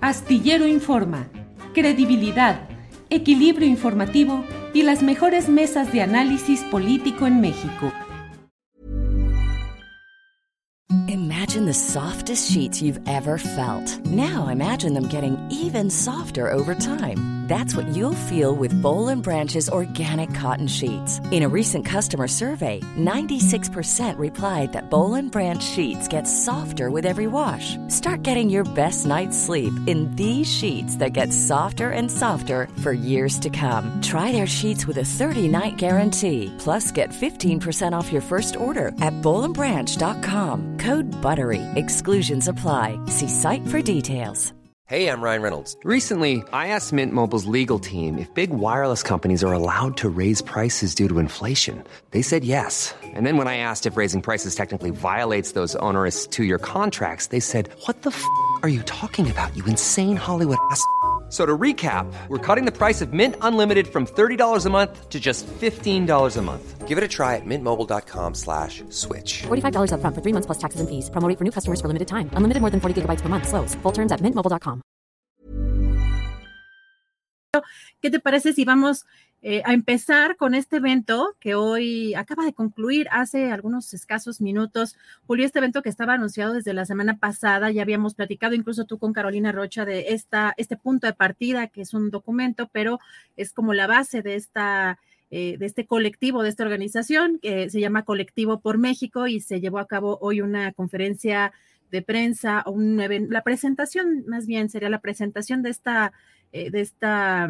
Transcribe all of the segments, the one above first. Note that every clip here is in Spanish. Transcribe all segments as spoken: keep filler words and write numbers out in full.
Astillero Informa, credibilidad, equilibrio informativo y las mejores mesas de análisis político en México. Imagine the softest sheets you've ever felt. Now imagine them getting even softer over time. That's what you'll feel with Boll and Branch's organic cotton sheets. In a recent customer survey, ninety-six percent replied that Boll and Branch sheets get softer with every wash. Start getting your best night's sleep in these sheets that get softer and softer for years to come. Try their sheets with a thirty-night guarantee. Plus, get fifteen percent off your first order at boll and branch dot com. Code BUTTERY. Exclusions apply. See site for details. Hey, I'm Ryan Reynolds. Recently, I asked Mint Mobile's legal team if big wireless companies are allowed to raise prices due to inflation. They said yes. And then when I asked if raising prices technically violates those onerous two-year contracts, they said, "What the f*** are you talking about, you insane Hollywood ass?" So to recap, we're cutting the price of Mint Unlimited from thirty dollars a month to just fifteen dollars a month. Give it a try at mintmobile.com slash switch. forty-five dollars up front for three months plus taxes and fees. Promo rate for new customers for limited time. Unlimited more than forty gigabytes per month. Slows full terms at mint mobile dot com. ¿Qué te parece si vamos eh, a empezar con este evento que hoy acaba de concluir hace algunos escasos minutos? Julio, este evento que estaba anunciado desde la semana pasada, ya habíamos platicado incluso tú con Carolina Rocha de esta, este punto de partida, que es un documento, pero es como la base de esta... Eh, de este colectivo, de esta organización que se llama Colectivo por México, y se llevó a cabo hoy una conferencia de prensa, o un evento, la presentación, más bien sería la presentación de esta, eh, de esta,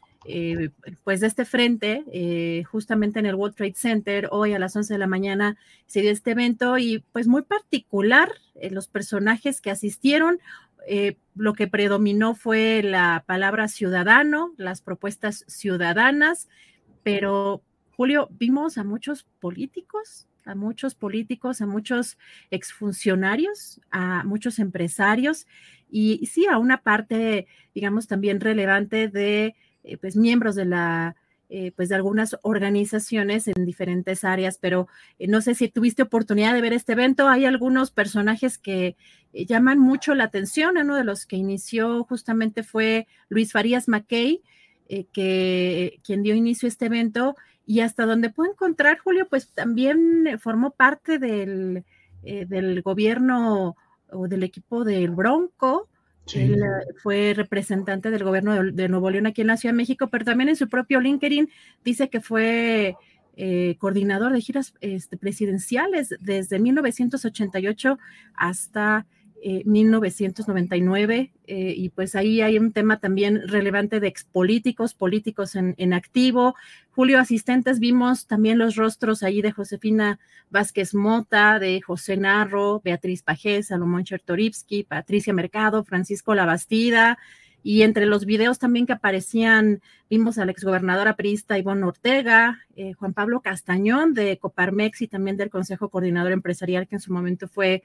eh, pues de este frente, eh, justamente en el World Trade Center. Hoy a las once de la mañana se dio este evento, y pues muy particular, eh, los personajes que asistieron. Eh, lo que predominó fue la palabra ciudadano, las propuestas ciudadanas. Pero, Julio, vimos a muchos políticos, a muchos políticos, a muchos exfuncionarios, a muchos empresarios, y sí a una parte, digamos, también relevante de eh, pues, miembros de la, eh, pues de algunas organizaciones en diferentes áreas. Pero eh, no sé si tuviste oportunidad de ver este evento. Hay algunos personajes que eh, llaman mucho la atención. Uno de los que inició justamente fue Luis Farías Mackay, Eh, que quien dio inicio a este evento, y hasta donde puedo encontrar, Julio, pues también formó parte del, eh, del gobierno o del equipo del Bronco. Sí. Él uh, fue representante del gobierno de, de Nuevo León aquí en la Ciudad de México, pero también en su propio LinkedIn dice que fue eh, coordinador de giras este, presidenciales desde mil novecientos ochenta y ocho hasta Eh, mil novecientos noventa y nueve, eh, y pues ahí hay un tema también relevante de expolíticos, políticos en, en activo. Julio, asistentes, vimos también los rostros ahí de Josefina Vázquez Mota, de José Narro, Beatriz Pajés, Salomón Chertorivsky, Patricia Mercado, Francisco Labastida, y entre los videos también que aparecían, vimos a la exgobernadora priista Ivonne Ortega, eh, Juan Pablo Castañón de Coparmex y también del Consejo Coordinador Empresarial, que en su momento fue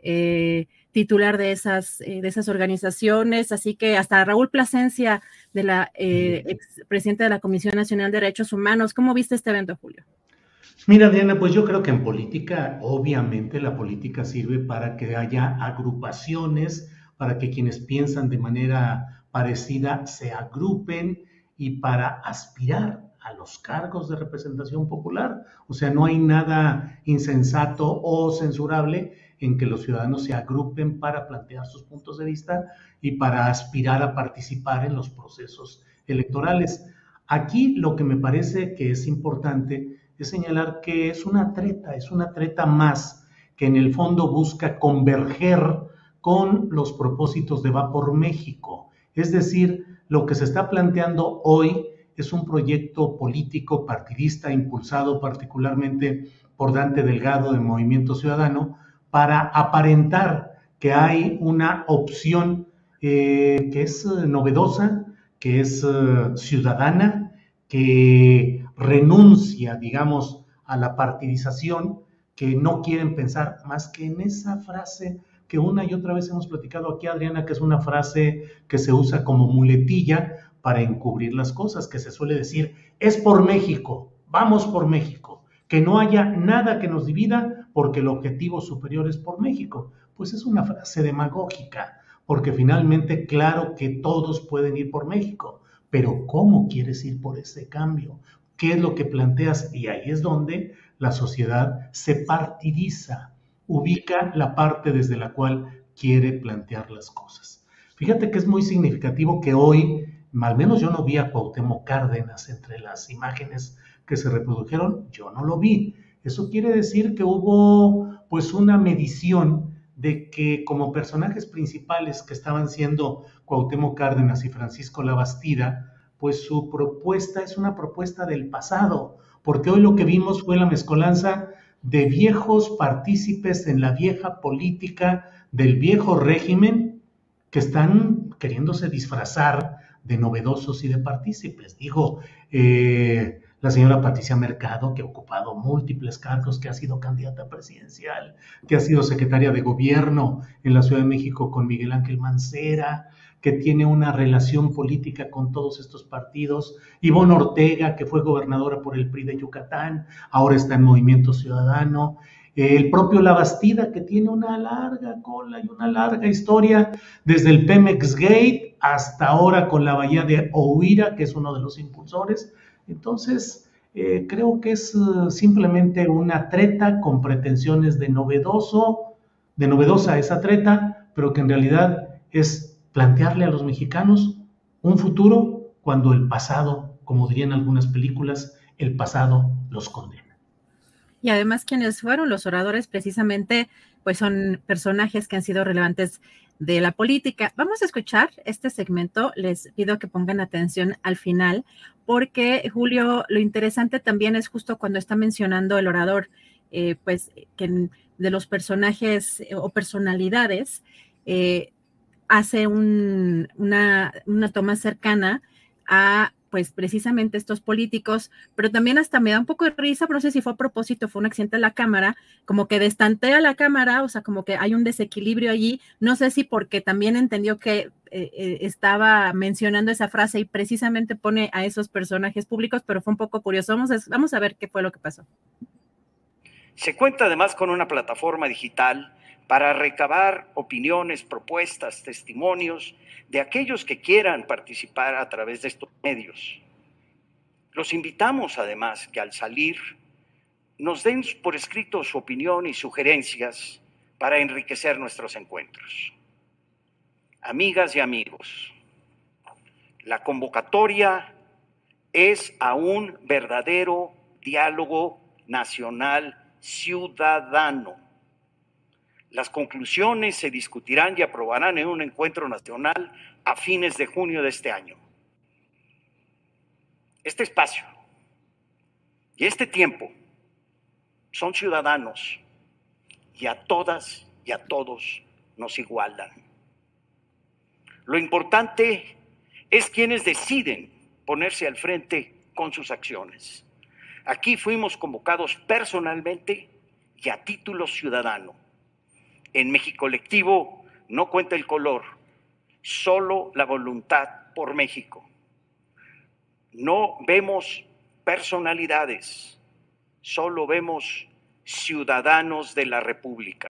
eh, titular de esas, eh, de esas organizaciones, así que hasta Raúl Plasencia, de la eh, expresidente de la Comisión Nacional de Derechos Humanos. ¿Cómo viste este evento, Julio? Mira, Diana, pues yo creo que en política, obviamente la política sirve para que haya agrupaciones, para que quienes piensan de manera parecida se agrupen y para aspirar a los cargos de representación popular. O sea, no hay nada insensato o censurable en que los ciudadanos se agrupen para plantear sus puntos de vista y para aspirar a participar en los procesos electorales. Aquí lo que me parece que es importante es señalar que es una treta, es una treta más que en el fondo busca converger con los propósitos de Va por México. Es decir, lo que se está planteando hoy es un proyecto político partidista impulsado particularmente por Dante Delgado de Movimiento Ciudadano para aparentar que hay una opción eh, que es eh, novedosa, que es eh, ciudadana, que renuncia, digamos, a la partidización, que no quieren pensar más que en esa frase que una y otra vez hemos platicado aquí, Adriana, que es una frase que se usa como muletilla para encubrir las cosas, que se suele decir, es por México, vamos por México, que no haya nada que nos divida porque el objetivo superior es por México. Pues es una frase demagógica, porque finalmente, claro que todos pueden ir por México, pero ¿cómo quieres ir por ese cambio? ¿Qué es lo que planteas? Y ahí es donde la sociedad se partidiza, ubica la parte desde la cual quiere plantear las cosas. Fíjate que es muy significativo que hoy, al menos yo no vi a Cuauhtémoc Cárdenas entre las imágenes que se reprodujeron, yo no lo vi. Eso quiere decir que hubo pues una medición de que como personajes principales que estaban siendo Cuauhtémoc Cárdenas y Francisco Labastida, pues su propuesta es una propuesta del pasado, porque hoy lo que vimos fue la mezcolanza de viejos partícipes en la vieja política del viejo régimen que están queriéndose disfrazar de novedosos y de partícipes. Digo, eh, la señora Patricia Mercado, que ha ocupado múltiples cargos, que ha sido candidata presidencial, que ha sido secretaria de gobierno en la Ciudad de México con Miguel Ángel Mancera, que tiene una relación política con todos estos partidos. Ivonne Ortega, que fue gobernadora por el P R I de Yucatán, ahora está en Movimiento Ciudadano. El propio Labastida, que tiene una larga cola y una larga historia, desde el Pemex Gate hasta ahora con la bahía de Ohuira, que es uno de los impulsores. Entonces, eh, creo que es uh, simplemente una treta con pretensiones de novedoso, de novedosa esa treta, pero que en realidad es plantearle a los mexicanos un futuro cuando el pasado, como dirían algunas películas, el pasado los condena. Y además quienes fueron los oradores precisamente, pues son personajes que han sido relevantes de la política. Vamos a escuchar este segmento, les pido que pongan atención al final, porque Julio, lo interesante también es justo cuando está mencionando el orador, eh, pues que de los personajes eh, o personalidades, eh, hace un, una, una toma cercana a pues precisamente estos políticos, pero también hasta me da un poco de risa, pero no sé si fue a propósito, fue un accidente de la cámara, como que destantea la cámara, o sea, como que hay un desequilibrio allí, no sé si porque también entendió que eh, eh, estaba mencionando esa frase y precisamente pone a esos personajes públicos, pero fue un poco curioso. Vamos a, vamos a ver qué fue lo que pasó. Se cuenta además con una plataforma digital para recabar opiniones, propuestas, testimonios de aquellos que quieran participar a través de estos medios. Los invitamos además que al salir nos den por escrito su opinión y sugerencias para enriquecer nuestros encuentros. Amigas y amigos, la convocatoria es a un verdadero diálogo nacional ciudadano. Las conclusiones se discutirán y aprobarán en un encuentro nacional a fines de junio de este año. Este espacio y este tiempo son ciudadanos y a todas y a todos nos igualan. Lo importante es quienes deciden ponerse al frente con sus acciones. Aquí fuimos convocados personalmente y a título ciudadano. En Mexicolectivo no cuenta el color, solo la voluntad por México. No vemos personalidades, solo vemos ciudadanos de la República.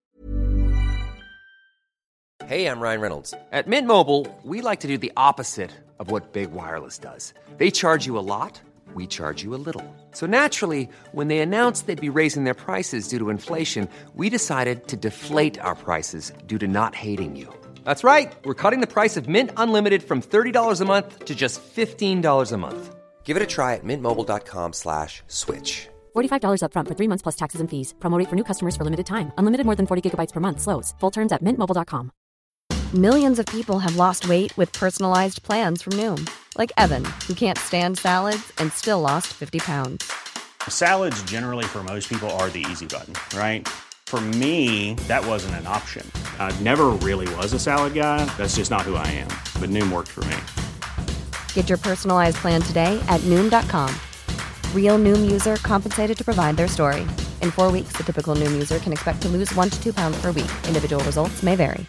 Hey, I'm Ryan Reynolds. At Mint Mobile, we like to do the opposite of what Big Wireless does. They charge you a lot, we charge you a little. So naturally, when they announced they'd be raising their prices due to inflation, we decided to deflate our prices due to not hating you. That's right. We're cutting the price of Mint Unlimited from thirty dollars a month to just fifteen dollars a month. Give it a try at mintmobile.com slash switch. forty-five dollars up front for three months plus taxes and fees. Promo rate for new customers for limited time. Unlimited more than forty gigabytes per month slows. Full terms at mint mobile dot com. Millions of people have lost weight with personalized plans from Noom. Like Evan, who can't stand salads and still lost fifty pounds. Salads generally for most people are the easy button, right? For me, that wasn't an option. I never really was a salad guy. That's just not who I am. But Noom worked for me. Get your personalized plan today at Noom dot com. Real Noom user compensated to provide their story. In four weeks, the typical Noom user can expect to lose one to two pounds per week. Individual results may vary.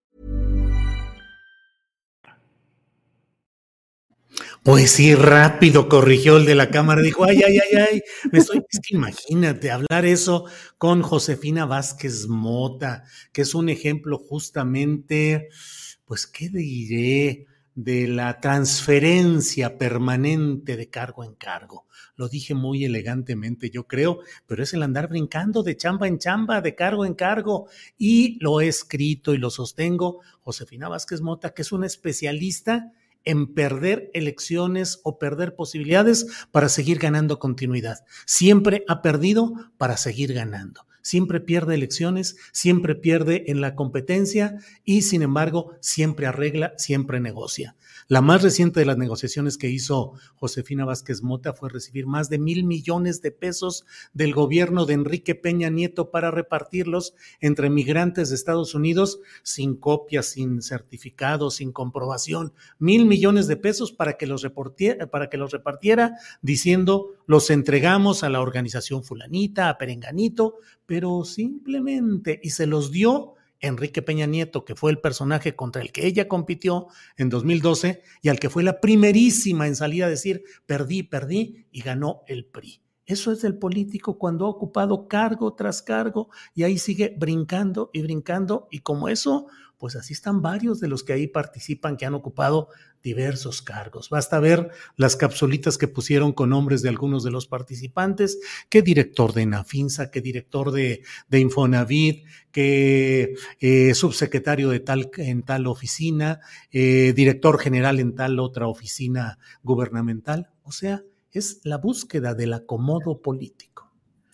Pues sí, rápido corrigió el de la cámara, dijo, ay, ay, ay, ay, me estoy, es que imagínate hablar eso con Josefina Vázquez Mota, que es un ejemplo justamente, pues, ¿qué diré de la transferencia permanente de cargo en cargo? Lo dije muy elegantemente, yo creo, pero es el andar brincando de chamba en chamba, de cargo en cargo, y lo he escrito y lo sostengo. Josefina Vázquez Mota, que es una especialista en perder elecciones o perder posibilidades para seguir ganando continuidad. Siempre ha perdido para seguir ganando. Siempre pierde elecciones, siempre pierde en la competencia y, sin embargo, siempre arregla, siempre negocia. La más reciente de las negociaciones que hizo Josefina Vázquez Mota fue recibir más de mil millones de pesos del gobierno de Enrique Peña Nieto para repartirlos entre migrantes de Estados Unidos sin copia, sin certificado, sin comprobación. Mil millones de pesos para que los repartiera, para que los repartiera diciendo los entregamos a la organización fulanita, a Perenganito, pero simplemente, y se los dio Enrique Peña Nieto, que fue el personaje contra el que ella compitió en dos mil doce y al que fue la primerísima en salir a decir perdí, perdí y ganó el P R I. Eso es del político cuando ha ocupado cargo tras cargo y ahí sigue brincando y brincando, y como eso, pues así están varios de los que ahí participan que han ocupado diversos cargos. Basta ver las capsulitas que pusieron con nombres de algunos de los participantes, que director de Nafinsa, que director de, de Infonavit, que eh, subsecretario de tal en tal oficina, eh, director general en tal otra oficina gubernamental. O sea, es la búsqueda del acomodo político.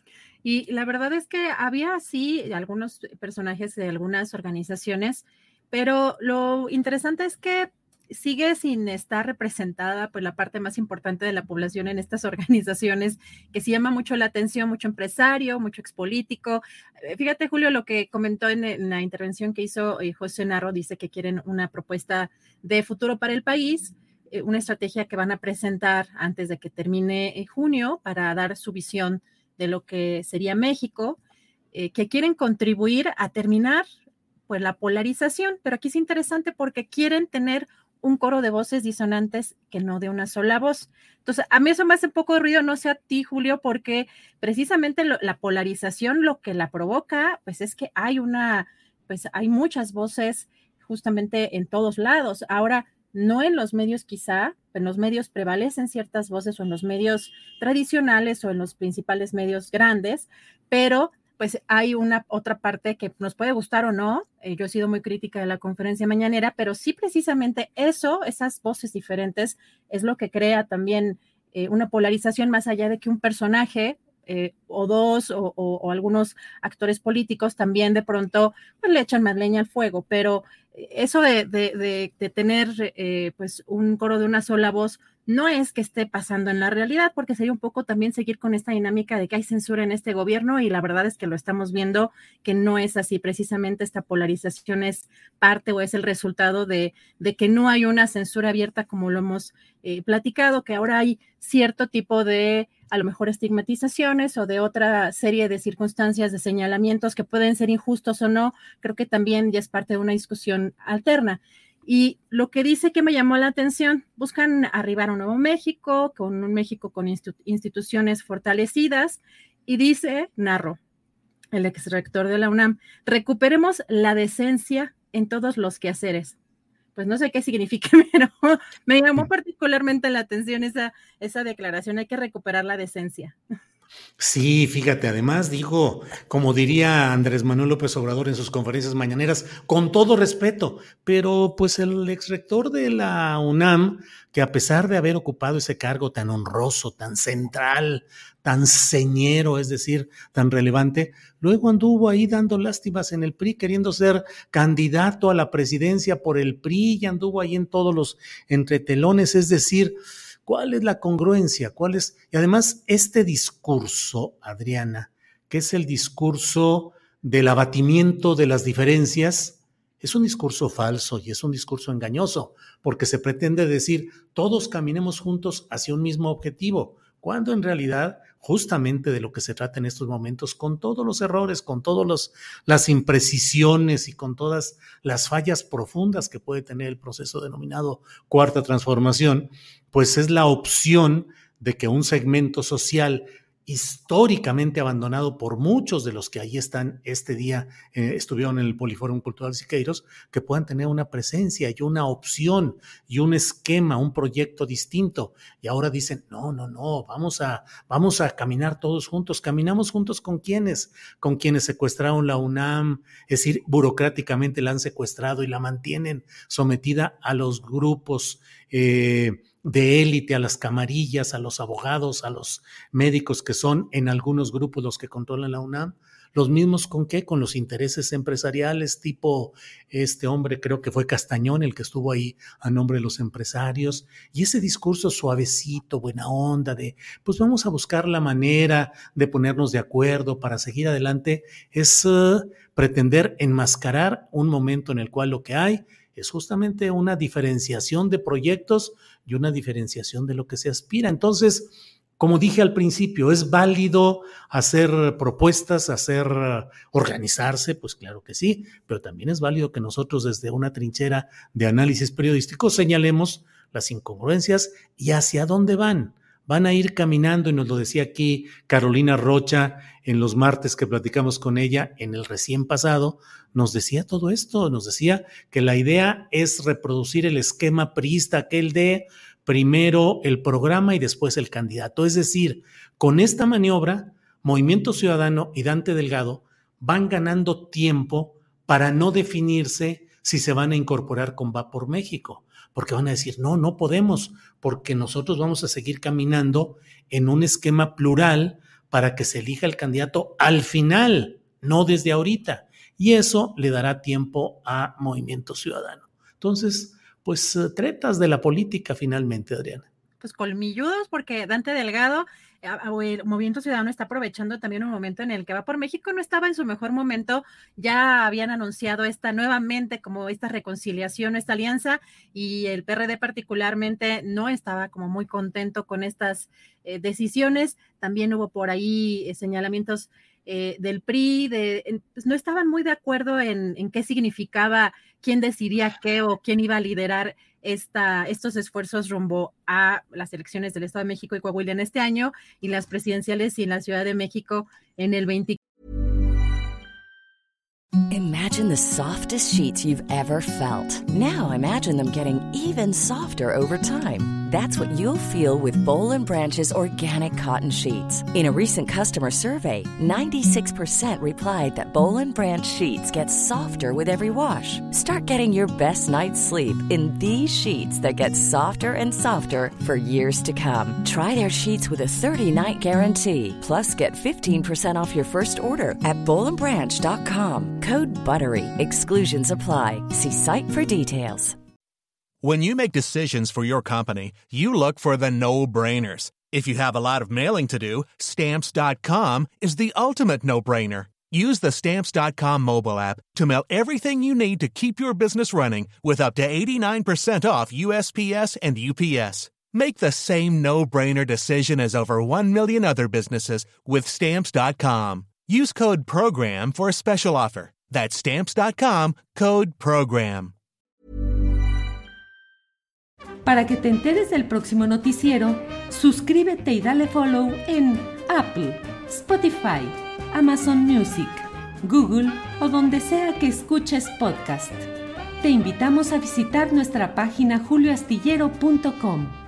Y la verdad es que había sí algunos personajes de algunas organizaciones, pero lo interesante es que sigue sin estar representada pues la parte más importante de la población en estas organizaciones, que sí llama mucho la atención, mucho empresario, mucho expolítico. Fíjate, Julio, lo que comentó en, en la intervención que hizo eh, José Narro, dice que quieren una propuesta de futuro para el país, eh, una estrategia que van a presentar antes de que termine eh, junio para dar su visión de lo que sería México, eh, que quieren contribuir a terminar pues la polarización, pero aquí es interesante porque quieren tener un coro de voces disonantes que no de una sola voz. Entonces, a mí eso me hace un poco de ruido, no sé a ti, Julio, porque precisamente lo, la polarización lo que la provoca, pues es que hay una, pues hay muchas voces justamente en todos lados. Ahora, no en los medios quizá, en los medios prevalecen ciertas voces o en los medios tradicionales o en los principales medios grandes, pero pues hay una otra parte que nos puede gustar o no. Eh, yo he sido muy crítica de la conferencia mañanera, pero sí precisamente eso, esas voces diferentes, es lo que crea también eh, una polarización más allá de que un personaje eh, o dos o, o, o algunos actores políticos también de pronto pues, le echan más leña al fuego, pero eso de, de, de, de tener eh, pues un coro de una sola voz no es que esté pasando en la realidad, porque sería un poco también seguir con esta dinámica de que hay censura en este gobierno y la verdad es que lo estamos viendo que no es así. Precisamente esta polarización es parte o es el resultado de, de que no hay una censura abierta como lo hemos eh, platicado, que ahora hay cierto tipo de a lo mejor estigmatizaciones o de otra serie de circunstancias, de señalamientos que pueden ser injustos o no. Creo que también ya es parte de una discusión alterna. Y lo que dice que me llamó la atención, buscan arribar a un nuevo México, con un México con institu- instituciones fortalecidas, y dice, Narro, el exrector de la UNAM, recuperemos la decencia en todos los quehaceres. Pues no sé qué significa, pero me llamó particularmente la atención esa, esa declaración, hay que recuperar la decencia. Sí, fíjate, además digo, como diría Andrés Manuel López Obrador en sus conferencias mañaneras, con todo respeto, pero pues el exrector de la UNAM, que a pesar de haber ocupado ese cargo tan honroso, tan central, tan señero, es decir, tan relevante, luego anduvo ahí dando lástimas en el P R I, queriendo ser candidato a la presidencia por el P R I, y anduvo ahí en todos los entretelones, es decir, ¿cuál es la congruencia? ¿Cuál es? Y además, este discurso, Adriana, que es el discurso del abatimiento de las diferencias, es un discurso falso y es un discurso engañoso, porque se pretende decir, todos caminemos juntos hacia un mismo objetivo, cuando en realidad, justamente de lo que se trata en estos momentos, con todos los errores, con todas las imprecisiones y con todas las fallas profundas que puede tener el proceso denominado Cuarta Transformación, pues es la opción de que un segmento social históricamente abandonado por muchos de los que ahí están este día, eh, estuvieron en el Poliforum Cultural Siqueiros, que puedan tener una presencia y una opción y un esquema, un proyecto distinto. Y ahora dicen, no, no, no, vamos a, vamos a caminar todos juntos. ¿Caminamos juntos con quiénes? Con quienes secuestraron la UNAM, es decir, burocráticamente la han secuestrado y la mantienen sometida a los grupos eh, de élite, a las camarillas, a los abogados, a los médicos que son en algunos grupos los que controlan la UNAM. Los mismos con qué, con los intereses empresariales, tipo este hombre, creo que fue Castañón el que estuvo ahí a nombre de los empresarios, y ese discurso suavecito, buena onda, de pues vamos a buscar la manera de ponernos de acuerdo para seguir adelante, es uh, pretender enmascarar un momento en el cual lo que hay es justamente una diferenciación de proyectos y una diferenciación de lo que se aspira. Entonces, como dije al principio, ¿es válido hacer propuestas, hacer organizarse? Pues claro que sí, pero también es válido que nosotros desde una trinchera de análisis periodístico señalemos las incongruencias y hacia dónde van. Van a ir caminando, y nos lo decía aquí Carolina Rocha en los martes que platicamos con ella en el recién pasado, nos decía todo esto, nos decía que la idea es reproducir el esquema priista, aquel de primero el programa y después el candidato. Es decir, con esta maniobra, Movimiento Ciudadano y Dante Delgado van ganando tiempo para no definirse si se van a incorporar con Va por México, porque van a decir, no, no podemos, porque nosotros vamos a seguir caminando en un esquema plural para que se elija el candidato al final, no desde ahorita, y eso le dará tiempo a Movimiento Ciudadano. Entonces, pues tretas de la política finalmente, Adriana. Pues colmilludos, porque Dante Delgado, el Movimiento Ciudadano está aprovechando también un momento en el que Va por México no estaba en su mejor momento, ya habían anunciado esta nuevamente como esta reconciliación, esta alianza, y el P R D particularmente no estaba como muy contento con estas eh, decisiones. También hubo por ahí eh, señalamientos eh, del P R I, de, pues no estaban muy de acuerdo en, en qué significaba, quién decidía qué o quién iba a liderar Esta, estos esfuerzos rumbo a las elecciones del Estado de México y Coahuila en este año y las presidenciales y en la Ciudad de México en el veinte. Imagine the softest sheets you've ever felt. Now imagine them getting even softer over time. That's what you'll feel with Boll and Branch's organic cotton sheets. In a recent customer survey, ninety-six percent replied that Boll and Branch sheets get softer with every wash. Start getting your best night's sleep in these sheets that get softer and softer for years to come. Try their sheets with a thirty-night guarantee. Plus, get fifteen percent off your first order at boll and branch dot com. Code BUTTERY. Exclusions apply. See site for details. When you make decisions for your company, you look for the no-brainers. If you have a lot of mailing to do, Stamps dot com is the ultimate no-brainer. Use the Stamps dot com mobile app to mail everything you need to keep your business running with up to eighty-nine percent off U S P S and U P S. Make the same no-brainer decision as over one million other businesses with Stamps dot com. Use code PROGRAM for a special offer. That's Stamps dot com, code PROGRAM. Para que te enteres del próximo noticiero, suscríbete y dale follow en Apple, Spotify, Amazon Music, Google o donde sea que escuches podcast. Te invitamos a visitar nuestra página julio astillero punto com.